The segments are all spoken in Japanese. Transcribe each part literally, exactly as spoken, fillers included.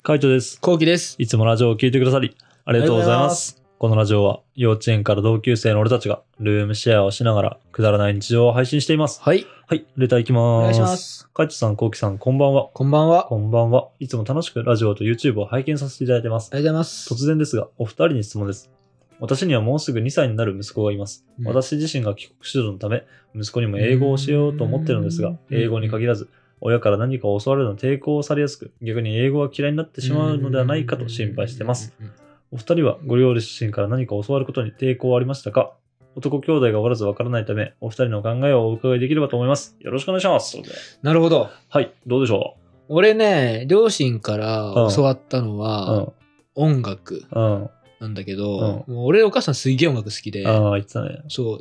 カイトです。 コウキです。 いつもラジオを聞いてくださりありがとうございます。ますこのラジオは幼稚園から同級生の俺たちがルームシェアをしながらくだらない日常を配信しています。 はい。 はい、レターいきます。 お願いします。 カイトさん、コウキさん、こんばんは。 こんばんは。 こんばんは。いつも楽しくラジオと YouTube を拝見させていただいてます。 ありがとうございます。 突然ですが、お二人に質問です。私にはもうすぐにさいになる息子がいます。うん、私自身が帰国子女のため、息子にも英語を教えようと思っているのですが、英語に限らず、親から何かを教わるの抵抗をされやすく、逆に英語が嫌いになってしまうのではないかと心配しています。お二人はご両親から何か教わることに抵抗はありましたか？男兄弟がおらずわからないため、お二人の考えをお伺いできればと思います。よろしくお願いします。 なるほど。 はい、どうでしょう？俺ね、両親から教わったのは、うん、音楽なんだけど、うん、もう俺お母さんすげえ音楽好きで、 ああ、言ってたね。 そう、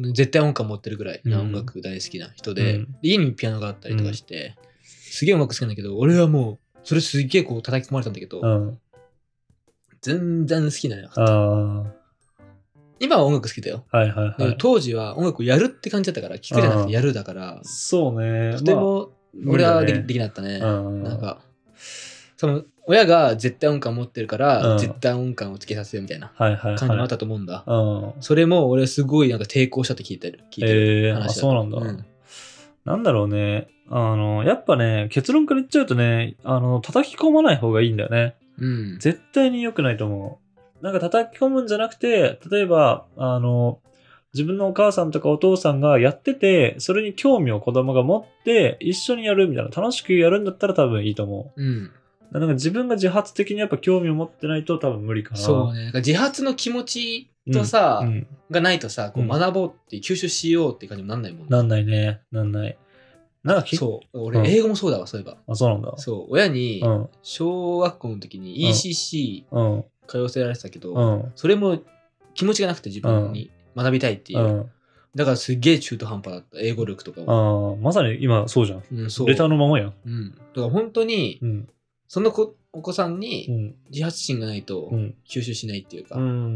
絶対音感持ってるぐらいな音楽大好きな人で、うん、家にピアノがあったりとかして、うん、すげえ音楽好きなんだけど、俺はもう、それすげえこう叩き込まれたんだけど、うん、全然好きなのよ。あ今は音楽好きだよ。 はいはいはい。 当時は音楽をやるって感じだったから、聴くじゃなくてやるだから、 そうね。 とても俺はでき、まあね、できなかったね。なんか、その、親が絶対音感持ってるから、うん、絶対音感をつけさせようみたいな感じもあったと思うんだ。はいはいはい、それも俺すごいなんか抵抗したって聞いてる。聞いてる話だ、 えー、あ、そうなんだ。うん、なんだろうね。あの、やっぱね、結論から言っちゃうとね、あの、叩き込まない方がいいんだよね。うん、絶対に良くないと思う。なんか叩き込むんじゃなくて、例えば、あの、自分のお母さんとかお父さんがやってて、それに興味を子供が持って、一緒にやるみたいな、楽しくやるんだったら多分いいと思う。うん。なんか自分が自発的にやっぱ興味を持ってないと多分無理かな。 そうね。自発の気持ちとさ、うんうん、がないとさ、こう学ぼうって吸収しようって感じもなんないもんね。 なんないね。なんない。なんかそう。俺、英語もそうだわ、そういえば。 あ、そうなんだ。 そう。親に、小学校の時に イーシーシー 通わせられてたけど、うん、それも気持ちがなくて自分に学びたいっていう。うん、だからすげえ中途半端だった。英語力とかを。ああ、まさに今そうじゃん。うん、そう。レターのままやん。 うん。だから本当に、うん、その子お子さんに自発心がないと吸収しないっていうか。うん、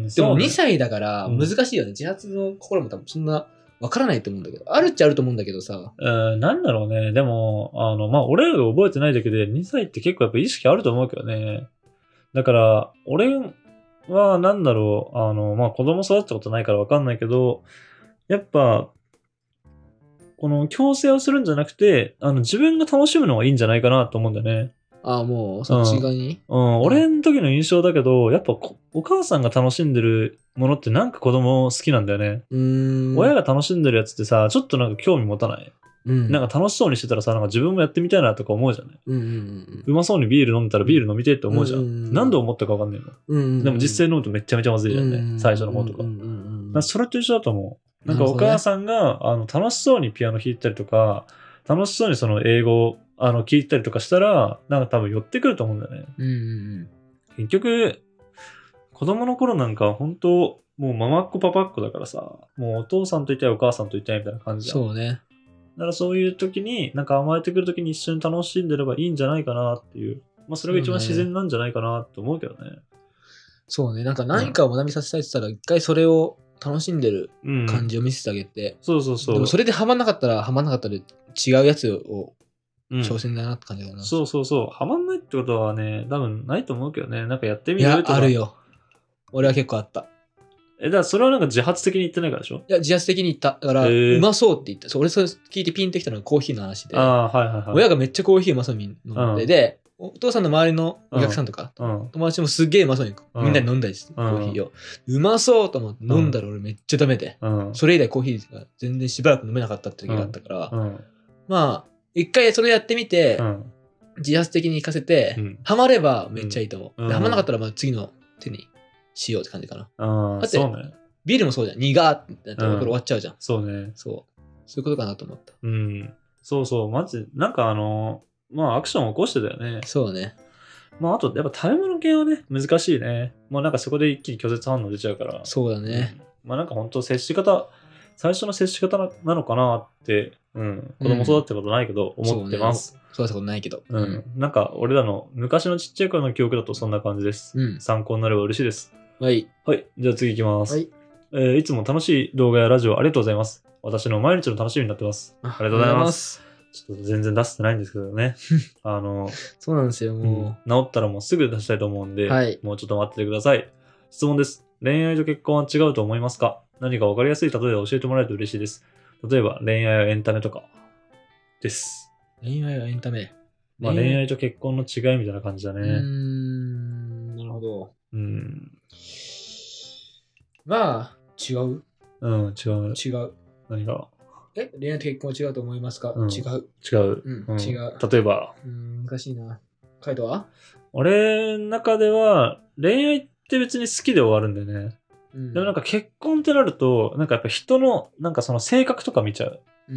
でもにさいだから難しいよね。うん、自発の心も多分そんなわからないと思うんだけど。あるっちゃあると思うんだけどさ。 えー、なんだろうね。でも、あの、まあ、俺らが覚えてないだけでにさいって結構やっぱ意識あると思うけどね。だから、俺はなんだろう。あの、まあ、子供育ったことないからわかんないけど、やっぱ、この強制をするんじゃなくて、あの、自分が楽しむのがいいんじゃないかなと思うんだよね。 ああ、もう、そっち側に、 うん、うん、俺の時の印象だけど、やっぱお母さんが楽しんでるものってなんか子供好きなんだよね。うーん親が楽しんでるやつってさ、ちょっとなんか興味持たない、うん、なんか楽しそうにしてたらさ、なんか自分もやってみたいなとか思うじゃない、うんうんうん、うまそうにビール飲んだらビール飲みてって思うじゃん。うんうんうん、何度思ったかわかんないの、うんうんうん。でも実際飲むとめっちゃめちゃまずいじゃんね、うんうん、最初の方とか。うんうんうん、それと一緒だと思う。なんかお母さんが、あの楽しそうにピアノ弾いたりとか、楽しそうにその英語をあの聞いたりとかしたら、なんか多分寄ってくると思うんだよね。うんうんうん、結局、子供の頃なんか本当、もうママっ子パパっ子だからさ、もうお父さんといたいお母さんといたいみたいな感じじゃん。 そうね。 だからそういう時に、なんか甘えてくる時に一緒に楽しんでればいいんじゃないかなっていう。まあそれが一番自然なんじゃないかなと思うけどね。 そうね。なんか何かを学びさせたいって言ったら、一回それを楽しんでる感じを見せてあげて、うん、 そうそうそう。 でもそれでハマんなかったらハマんなかったで違うやつを挑戦だなって感じだな、うん、 そうそうそう。ハマんないってことはね、多分ないと思うけどね。なんかやってみるとか。 いや、あるよ。俺は結構あった。 え、だからそれはなんか自発的に言ってないからでしょ？ いや、自発的に言った。だから、うまそうって言った。俺それ聞いてピンときたのがコーヒーの話で。あ、はいはいはい。親がめっちゃコーヒーうまそうに飲んで、うん、で、お父さんの周りのお客さんとか、うん、友達もすげえうまそうにみんなに飲んだりして、うん、コーヒーを。うまそうと思って飲んだら俺めっちゃダメで、うん、それ以来コーヒーが全然しばらく飲めなかったって時があったから、うんうん、まあ、一回それやってみて、うん、自発的に行かせて、うん、ハマればめっちゃいいと思う。うん、でハマなかったらまあ次の手にしようって感じかな。 あだって、 そうね、 ビールもそうじゃん。苦ってなってこれ終わっちゃうじゃん。 そうね。 そう。そういうことかなと思った。 うん。そうそう。マジ、なんかあの、まあアクションを起こしてたよね。 そうね。 まああと、やっぱ食べ物系はね、難しいね。もうなんかそこで一気に拒絶反応出ちゃうから。 そうだね。 うん、まあなんか本当接し方、最初の接し方なのかなって、うん。子供育ってことないけど、思ってます。 うん、そう、ね、育ったことないけど。 うん。うん、なんか俺らの昔のちっちゃい頃の記憶だとそんな感じです。うん。参考になれば嬉しいです。 はい。 はい。じゃあ次行きます。 はい。 えー、いつも楽しい動画やラジオありがとうございます。私の毎日の楽しみになってます。ありがとうございます。 ちょっと全然出せてないんですけどね。あの、 そうなんですよ、もう、うん。治ったらもうすぐ出したいと思うんで、 はい、 もうちょっと待っててください。質問です。恋愛と結婚は違うと思いますか？何か分かりやすい例えで教えてもらえると嬉しいです。例えば恋愛はエンタメとかです。 恋愛はエンタメ。 まあ恋愛と結婚の違いみたいな感じだね。うーん、なるほど。 うん。 まあ、違う。 うん、違う。 違う。 何が？ え、恋愛と結婚は違うと思いますか？ うん、 違う。 違う。 うん、うん、違う。 例えば？ うん、難しいな。カイトは？ 俺の中では、恋愛って別に好きで終わるんだよね。うん、でもなんか結婚ってなると、なんかやっぱ人の、なんかその性格とか見ちゃう。うん、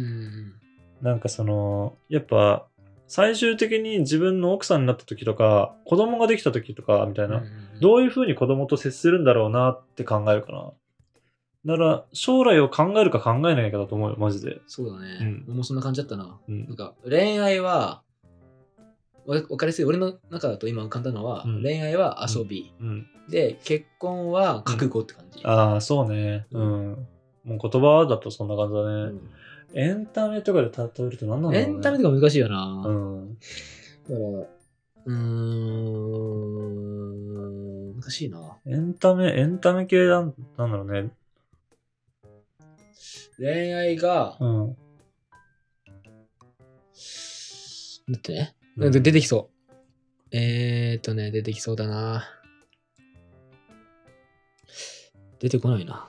なんかその、やっぱ、最終的に自分の奥さんになった時とか、子供ができた時とか、みたいな、うん、どういう風に子供と接するんだろうなって考えるかな。だから、将来を考えるか考えないかだと思うよ、マジで。 そうだね。うん、もうそんな感じだったな。うん、なんか、恋愛は、わかりやすい。俺の中だと今浮かんだのは、うん、恋愛は遊び、うんうん。で、結婚は覚悟って感じ。 ああ、そうね。うん。もう言葉だとそんな感じだね。エンタメとかで例えると何なんだろうね。 エンタメとか難しいよな。 うん。 だから、うーん、難しいな。 エンタメ、エンタメ系なん、なんだろうね。 恋愛が、うん。だってね、うん、出てきそう。えーっとね、出てきそうだな。出てこないな。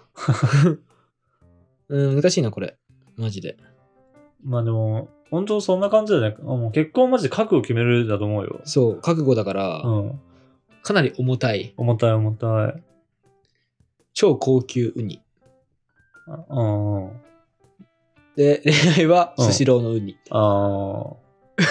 うん、難しいな、これ。マジで。 まあでも、本当そんな感じだね。もう結婚マジで覚悟決めるだと思うよ。 そう、覚悟だから、うん、かなり重たい。 重たい重たい。 超高級ウニ。 ああ。 で、恋愛はスシローのウニ。 うん、ああ。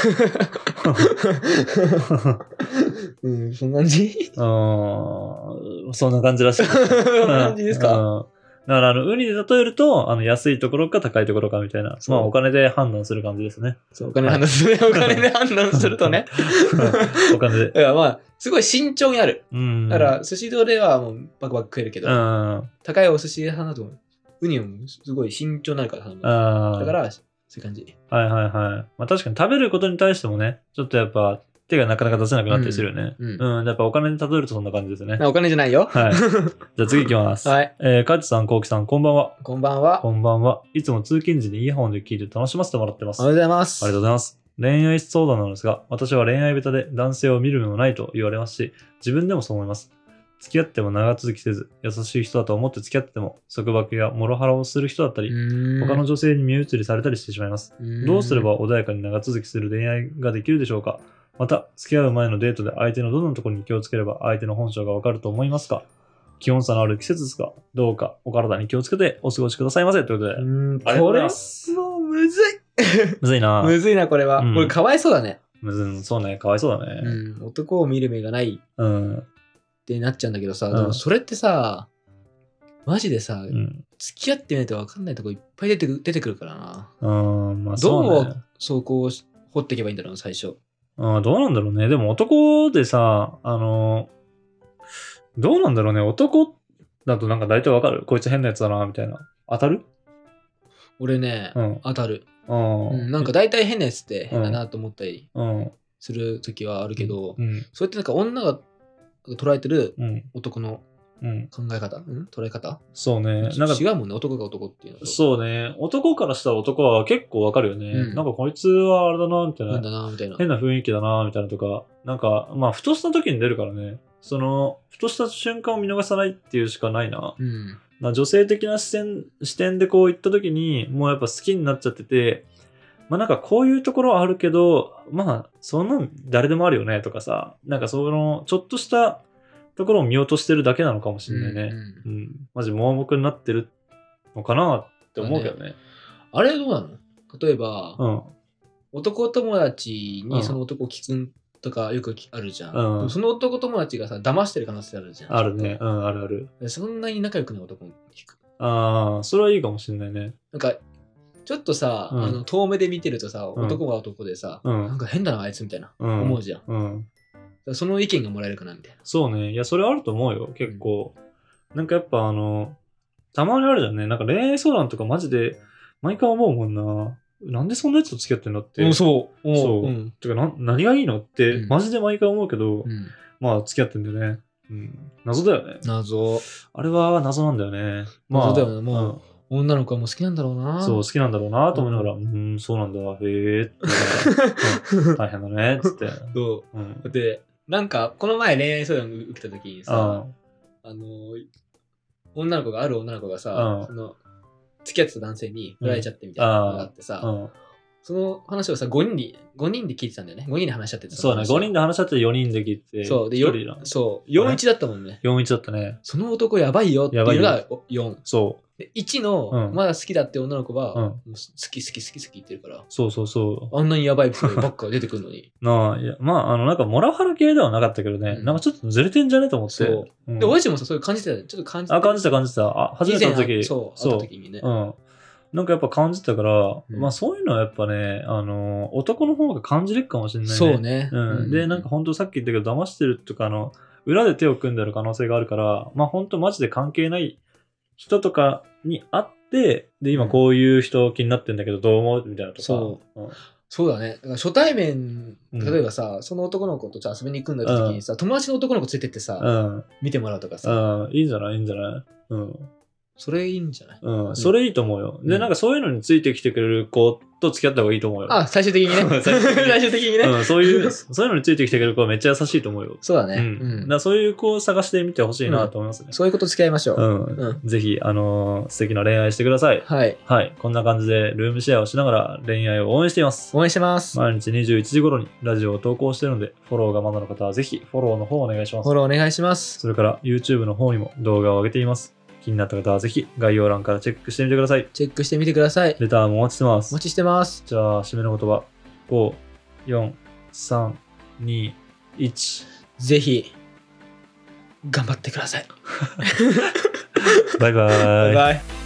うん、そんな感じ？ ああ、そんな感じらしい。そんな感じですか？ だから、あの、ウニで例えると、あの、安いところか高いところかみたいな。まあ、お金で判断する感じですね。 そう、お金で判断する。お金で判断するとね。 お金で。 いや、まあ、すごい慎重にある。うん。だから、寿司道ではもうバクバク食えるけど、うん、高いお寿司屋さんだと、ウニはすごい慎重になるから頼む。だから、そういう感じ。 はいはいはい。まあ確かに食べることに対してもね、ちょっとやっぱ手がなかなか出せなくなったりするよね。うん。うんうん、やっぱお金で例えるとそんな感じですね。 お金じゃないよ。 はい。じゃあ次行きます。はい。えー、かちさん、こうきさん、こんばんは。 こんばんは。 こんばんは。いつも通勤時にイヤホンで聞いて楽しませてもらってます。 ありがとうございます。 ありがとうございます。恋愛相談なのですが、私は恋愛下手で男性を見る目もないと言われますし、自分でもそう思います。付き合っても長続きせず、優しい人だと思って付き合ってても、束縛やモラハラをする人だったり、他の女性に見移りされたりしてしまいます。どうすれば穏やかに長続きする恋愛ができるでしょうか？また、付き合う前のデートで相手のどんなところに気をつければ相手の本性がわかると思いますか？気温差のある季節ですが、どうかお体に気をつけてお過ごしくださいませ。ということで。 うーん、これもうむずい。 むずいな。 むずいな、これは。うん、これかわいそうだね。 むずい、そうね、かわいそうだね。 うん、男を見る目がない。うん。ってなっちゃうんだけどさ、うん、でもそれってさ、マジでさ、うん、付き合ってみないと分かんないとこいっぱい出てく出てくるからな。うん、まあそうね。どうそこを掘っていけばいいんだろうな、最初。 ああ、どうなんだろうね。でも男でさ、あの、どうなんだろうね。男だとなんか大体分かる？こいつ変なやつだな、みたいな。当たる？ 俺ね、うん、当たる。うん、なんか大体変なやつって変だなと思ったりする時はあるけど、うんうん、それってなんか女が捉えてる男の考え方、うんうん、捉え方そうね。 なんか違うもんね、男が男っていうのと。 そうね。男からしたら男は結構わかるよね、うん。なんかこいつはあれだな、みたいな。 変だな、みたいな。 変な雰囲気だな、みたいなとか。なんか、まあ、ふとした時に出るからね。その、ふとした瞬間を見逃さないっていうしかないな。うん、な女性的な視点、視点でこう行った時に、もうやっぱ好きになっちゃってて、まあなんかこういうところはあるけど、まあ、そんなん誰でもあるよね、とかさ。なんかその、ちょっとしたところを見落としてるだけなのかもしれないね。うん、うんうん。マジ盲目になってるのかなって思うけどね。ねあれどうなの？例えば、うん、男友達にその男聞くとかよくあるじゃん。うん、その男友達がさ、騙してる可能性あるじゃん。 あるね。うん、あるある。 そんなに仲良くない男に聞く。 ああ、それはいいかもしれないね。 なんか、ちょっとさ、うん、あの遠目で見てるとさ、男が男でさ、うん、なんか変だなあいつみたいな、うん、思うじゃん。うんその意見がもらえるかなみたいな。 そうね。いや、それあると思うよ。結構。うん、なんかやっぱあの、たまにあるじゃんね。なんか恋愛相談とかマジで、毎回思うもんな。 なんでそんなやつと付き合ってんのって。 うん、そう。 そう。うん、てかな、何がいいのって、うん、マジで毎回思うけど、うん、まあ、付き合ってんだよね。うん。謎だよね。 謎。 あれは謎なんだよね。 まあ、謎だよね。もう、うん、女の子はもう好きなんだろうな。 そう、好きなんだろうなと思いながら、うん、うん、そうなんだ、へえって、うん、大変だね、つって。 そう。うん、で、なんか、この前恋愛相談受けた時にさ、あの、女の子が、ある女の子がさ、その、付き合ってた男性に振られちゃってみたいなのがあってさ、うん、その話をさ、ごにんで、ごにんで聞いてたんだよね。ごにんで話し合ってた。 そうね、ごにんで話し合ってよにんで聞いて。 そう、で、よそう、よんいちだったもんね。 よんいちだったね。 その男やばいよっていうのがよん。 そう。 で、いちの、まだ好きだって女の子は、うん、好き好き好き好き言ってるから。 そうそうそう。 あんなにやばいばっか出てくるのに。 なあ、いや、まあ、あの、なんか、モラハラ系ではなかったけどね、うん、なんかちょっとずれてんじゃねと思って。そう。 うん、で、おやじもさ、そういう感じてたよ。ちょっと感じてた。 あ、感じた感じた。あ、初めての時。 そう、会った時にね。 うん。なんかやっぱ感じたから、うん、まあそういうのはやっぱね、あの、男の方が感じれるかもしれないね。 そうね。 うん。うん、で、なんか本当さっき言ったけど、騙してるとか、あの、裏で手を組んでる可能性があるから、まあ本当マジで関係ない人とかに会って、で、今こういう人気になってんだけど、どう思うみたいなとか。 そう。うん、そうだね。だから初対面、例えばさ、うん、その男の子とじゃあ遊びに行くんだって時にさ、うん、友達の男の子連れてってさ、うん、見てもらうとかさ。 うん、いいんじゃないいいんじゃないうん。 それいいんじゃない？ うん、それいいと思うよ。で、なんかそういうのについてきてくれる子と付き合った方がいいと思うよ。 あ、最終的にね。最終的にね。 うん、そういう、そういうのについてきてくれる子はめっちゃ優しいと思うよ。 そうだね。 うん。だからそういう子を探してみてほしいなと思いますね。 そういうこと付き合いましょう。 うん。ぜひ、あの素敵な恋愛してください。 はい。 はい。こんな感じでルームシェアをしながら恋愛を応援しています。 応援してます。 毎日にじゅういちじ頃にラジオを投稿しているので、フォローがまだの方はぜひフォローの方をお願いします。 フォローお願いします。 それから YouTube の方にも動画を上げています。気になった方はぜひ概要欄からチェックしてみてください。 チェックしてみてください。 レターもお待ちしてます。 お待ちしてます。 じゃあ、締めの言葉。ご、よん、さん、に、いち。 ぜひ、頑張ってください。 バイバイ。 バイバイ。